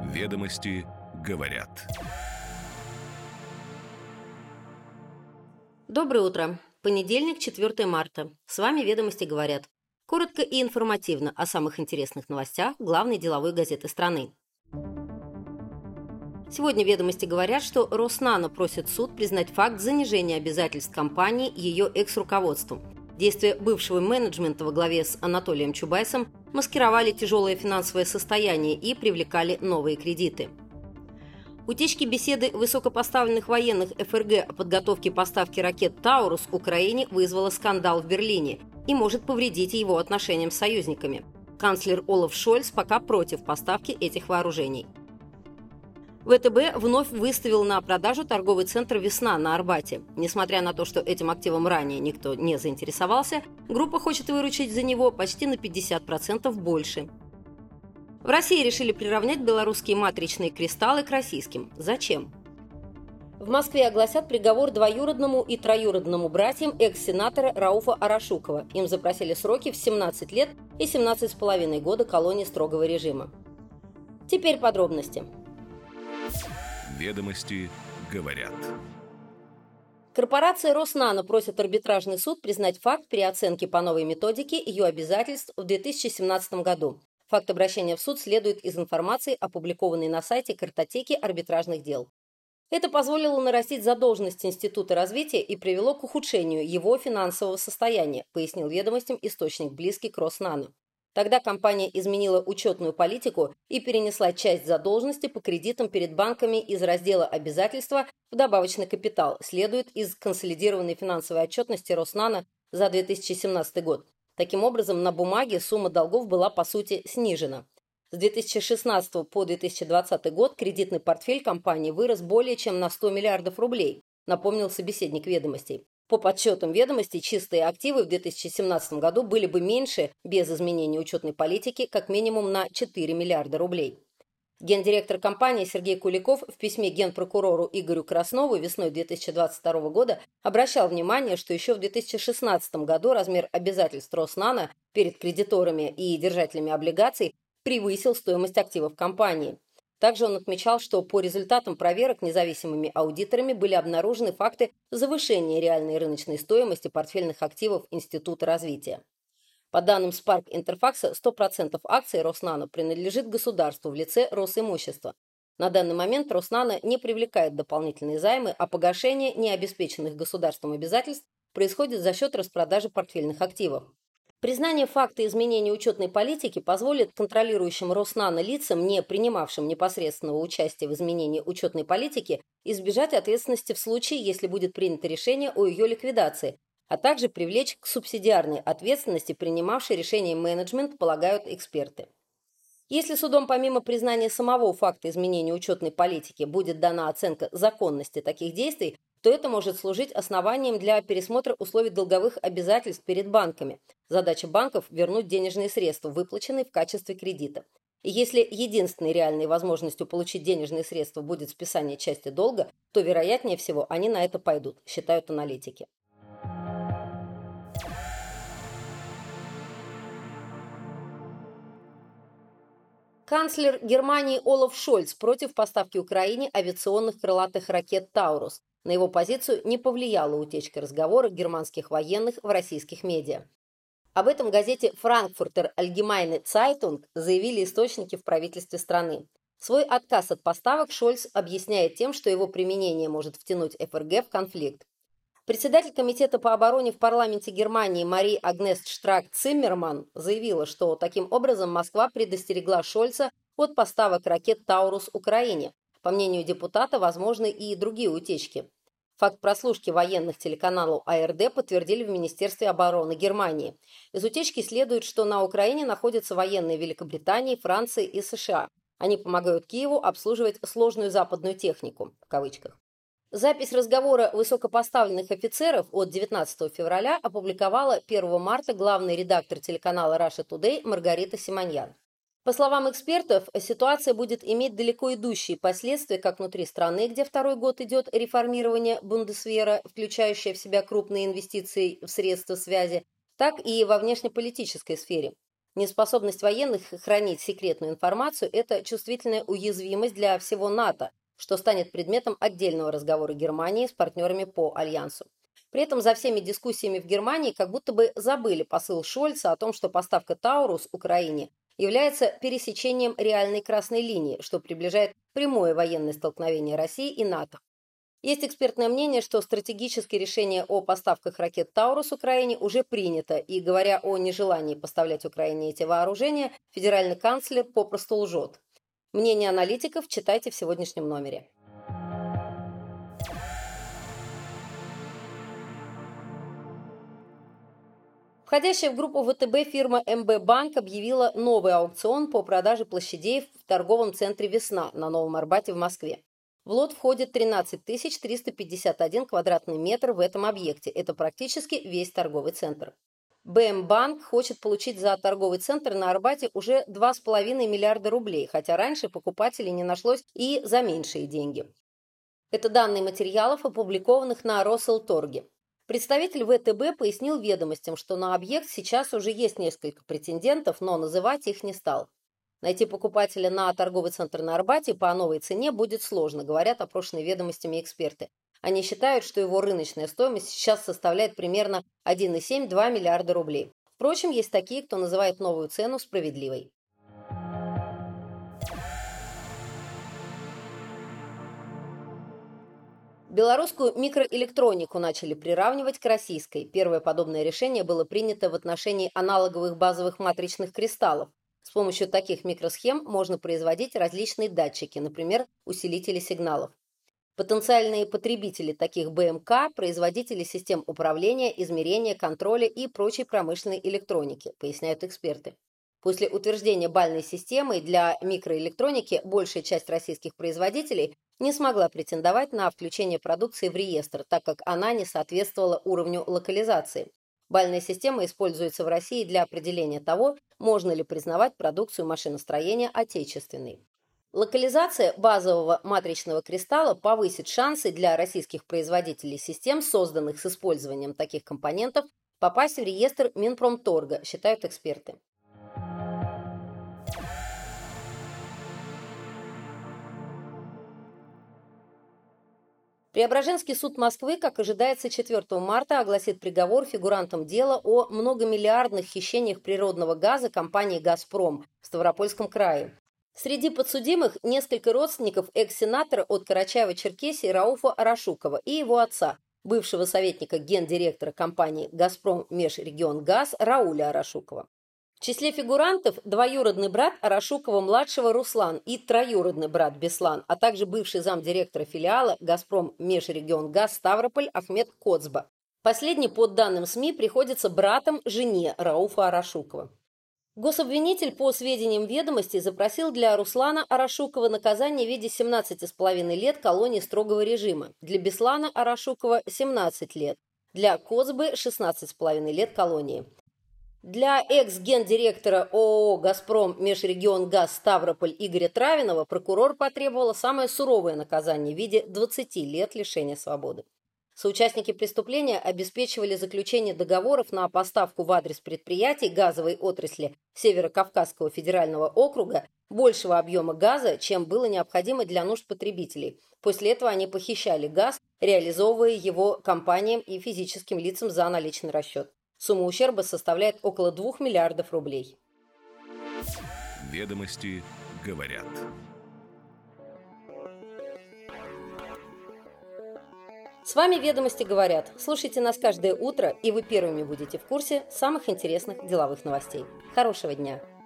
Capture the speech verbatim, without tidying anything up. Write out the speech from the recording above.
Ведомости говорят. Доброе утро. Понедельник, четвёртое марта. С вами «Ведомости говорят». Коротко и информативно о самых интересных новостях главной деловой газеты страны. Сегодня «Ведомости говорят», что Роснано просит суд признать факт занижения обязательств компании ее экс-руководству. Действия бывшего менеджмента во главе с Анатолием Чубайсом маскировали тяжелое финансовое состояние и привлекали новые кредиты. Утечки беседы высокопоставленных военных эф эр гэ о подготовке поставки ракет «Таурус» Украине вызвала скандал в Берлине и может повредить его отношениям с союзниками. Канцлер Олаф Шольц пока против поставки этих вооружений. вэ тэ бэ вновь выставил на продажу торговый центр «Весна» на Арбате. Несмотря на то, что этим активом ранее никто не заинтересовался, группа хочет выручить за него почти на пятьдесят процентов больше. В России решили приравнять белорусские матричные кристаллы к российским. Зачем? В Москве огласят приговор двоюродному и троюродному братьям экс-сенатора Рауфа Арашукова. Им запросили сроки в семнадцать лет и семнадцать с половиной года колонии строгого режима. Теперь подробности. Ведомости говорят. Корпорация Роснано просит арбитражный суд признать факт переоценки по новой методике ее обязательств в две тысячи семнадцатом году. Факт обращения в суд следует из информации, опубликованной на сайте картотеки арбитражных дел. Это позволило нарастить задолженность Института развития и привело к ухудшению его финансового состояния, пояснил «Ведомостям» источник, близкий к Роснано. Тогда компания изменила учетную политику и перенесла часть задолженности по кредитам перед банками из раздела «Обязательства» в добавочный капитал, следует из консолидированной финансовой отчетности Роснано за две тысячи семнадцатый год. Таким образом, на бумаге сумма долгов была, по сути, снижена. С две тысячи шестнадцатого по две тысячи двадцатый год кредитный портфель компании вырос более чем на сто миллиардов рублей, напомнил собеседник «Ведомостей». По подсчетам «Ведомостей», чистые активы в две тысячи семнадцатом году были бы меньше без изменения учетной политики как минимум на четыре миллиарда рублей. Гендиректор компании Сергей Куликов в письме генпрокурору Игорю Краснову весной две тысячи двадцать второго года обращал внимание, что еще в две тысячи шестнадцатом году размер обязательств Роснано перед кредиторами и держателями облигаций превысил стоимость активов компании. Также он отмечал, что по результатам проверок независимыми аудиторами были обнаружены факты завышения реальной рыночной стоимости портфельных активов Института развития. По данным Spark Интерфакса, сто процентов акций Роснано принадлежит государству в лице Росимущества. На данный момент Роснано не привлекает дополнительные займы, а погашение необеспеченных государством обязательств происходит за счет распродажи портфельных активов. Признание факта изменения учетной политики позволит контролирующим Роснано лицам, не принимавшим непосредственного участия в изменении учетной политики, избежать ответственности в случае, если будет принято решение о ее ликвидации, а также привлечь к субсидиарной ответственности принимавший решение менеджмент, полагают эксперты. Если судом помимо признания самого факта изменения учетной политики будет дана оценка законности таких действий, то это может служить основанием для пересмотра условий долговых обязательств перед банками. Задача банков – вернуть денежные средства, выплаченные в качестве кредита. И если единственной реальной возможностью получить денежные средства будет списание части долга, то, вероятнее всего, они на это пойдут, считают аналитики. Канцлер Германии Олаф Шольц против поставки Украине авиационных крылатых ракет «Таурус». На его позицию не повлияла утечка разговоров германских военных в российских медиа. Об этом газете «Франкфуртер Allgemeine Zeitung» заявили источники в правительстве страны. Свой отказ от поставок Шольц объясняет тем, что его применение может втянуть эф эр гэ в конфликт. Председатель комитета по обороне в парламенте Германии Мари Агнес Штрак-Циммерман заявила, что таким образом Москва предостерегла Шольца от поставок ракет «Таурус» Украине. По мнению депутата, возможны и другие утечки. Факт прослушки военных телеканалу а эр дэ подтвердили в Министерстве обороны Германии. Из утечки следует, что на Украине находятся военные Великобритании, Франции и эс ша а. Они помогают Киеву обслуживать сложную западную технику, в кавычках. Запись разговора высокопоставленных офицеров от девятнадцатого февраля опубликовала первого марта главный редактор телеканала Russia Today Маргарита Симоньян. По словам экспертов, ситуация будет иметь далеко идущие последствия как внутри страны, где второй год идет реформирование Бундесвера, включающее в себя крупные инвестиции в средства связи, так и во внешнеполитической сфере. Неспособность военных хранить секретную информацию – это чувствительная уязвимость для всего НАТО, что станет предметом отдельного разговора Германии с партнерами по Альянсу. При этом за всеми дискуссиями в Германии как будто бы забыли посыл Шольца о том, что поставка «Таурус» Украине является пересечением реальной красной линии, что приближает прямое военное столкновение России и НАТО. Есть экспертное мнение, что стратегическое решение о поставках ракет «Таурус» Украине уже принято, и, говоря о нежелании поставлять Украине эти вооружения, федеральный канцлер попросту лжет. Мнение аналитиков читайте в сегодняшнем номере. Входящая в группу ВТБ фирма эм бэ Банк объявила новый аукцион по продаже площадей в торговом центре «Весна» на Новом Арбате в Москве. В лот входит тринадцать тысяч триста пятьдесят один квадратный метр в этом объекте. Это практически весь торговый центр. бэ эм Банк хочет получить за торговый центр на Арбате уже два с половиной миллиарда рублей, хотя раньше покупателей не нашлось и за меньшие деньги. Это данные материалов, опубликованных на Росселторге. Представитель вэ тэ бэ пояснил ведомостям, что на объект сейчас уже есть несколько претендентов, но называть их не стал. Найти покупателя на торговый центр на Арбате по новой цене будет сложно, говорят опрошенные ведомостями эксперты. Они считают, что его рыночная стоимость сейчас составляет примерно один и семь - два миллиарда рублей. Впрочем, есть такие, кто называет новую цену справедливой. Белорусскую микроэлектронику начали приравнивать к российской. Первое подобное решение было принято в отношении аналоговых базовых матричных кристаллов. С помощью таких микросхем можно производить различные датчики, например, усилители сигналов. Потенциальные потребители таких бэ эм ка – производители систем управления, измерения, контроля и прочей промышленной электроники, поясняют эксперты. После утверждения бальной системы для микроэлектроники большая часть российских производителей не смогла претендовать на включение продукции в реестр, так как она не соответствовала уровню локализации. Бальная система используется в России для определения того, можно ли признавать продукцию машиностроения отечественной. Локализация базового матричного кристалла повысит шансы для российских производителей систем, созданных с использованием таких компонентов, попасть в реестр Минпромторга, считают эксперты. Преображенский суд Москвы, как ожидается, четвёртого марта огласит приговор фигурантам дела о многомиллиардных хищениях природного газа компании «Газпром» в Ставропольском крае. Среди подсудимых несколько родственников экс-сенатора от Карачаево-Черкесии Рауфа Арашукова и его отца, бывшего советника гендиректора компании «Газпром Межрегионгаз» Рауля Арашукова. В числе фигурантов двоюродный брат Арашукова-младшего Руслан и троюродный брат Беслан, а также бывший замдиректора филиала «Газпром Межрегионгаз» Ставрополь Ахмед Коцба. Последний, по данным СМИ, приходится братом жене Рауфа Арашукова. Гособвинитель, по сведениям ведомостей, запросил для Руслана Арашукова наказание в виде семнадцати с половиной лет колонии строгого режима, для Беслана Арашукова – семнадцать лет, для Коцбы – шестнадцать с половиной лет колонии. Для экс-гендиректора ООО «Газпром Межрегионгаз» Ставрополь Игоря Травинова прокурор потребовала самое суровое наказание в виде двадцати лет лишения свободы. Соучастники преступления обеспечивали заключение договоров на поставку в адрес предприятий газовой отрасли Северо-Кавказского федерального округа большего объема газа, чем было необходимо для нужд потребителей. После этого они похищали газ, реализовывая его компаниям и физическим лицам за наличный расчет. Сумма ущерба составляет около двух миллиардов рублей. Ведомости говорят. С вами «Ведомости говорят». Слушайте нас каждое утро, и вы первыми будете в курсе самых интересных деловых новостей. Хорошего дня!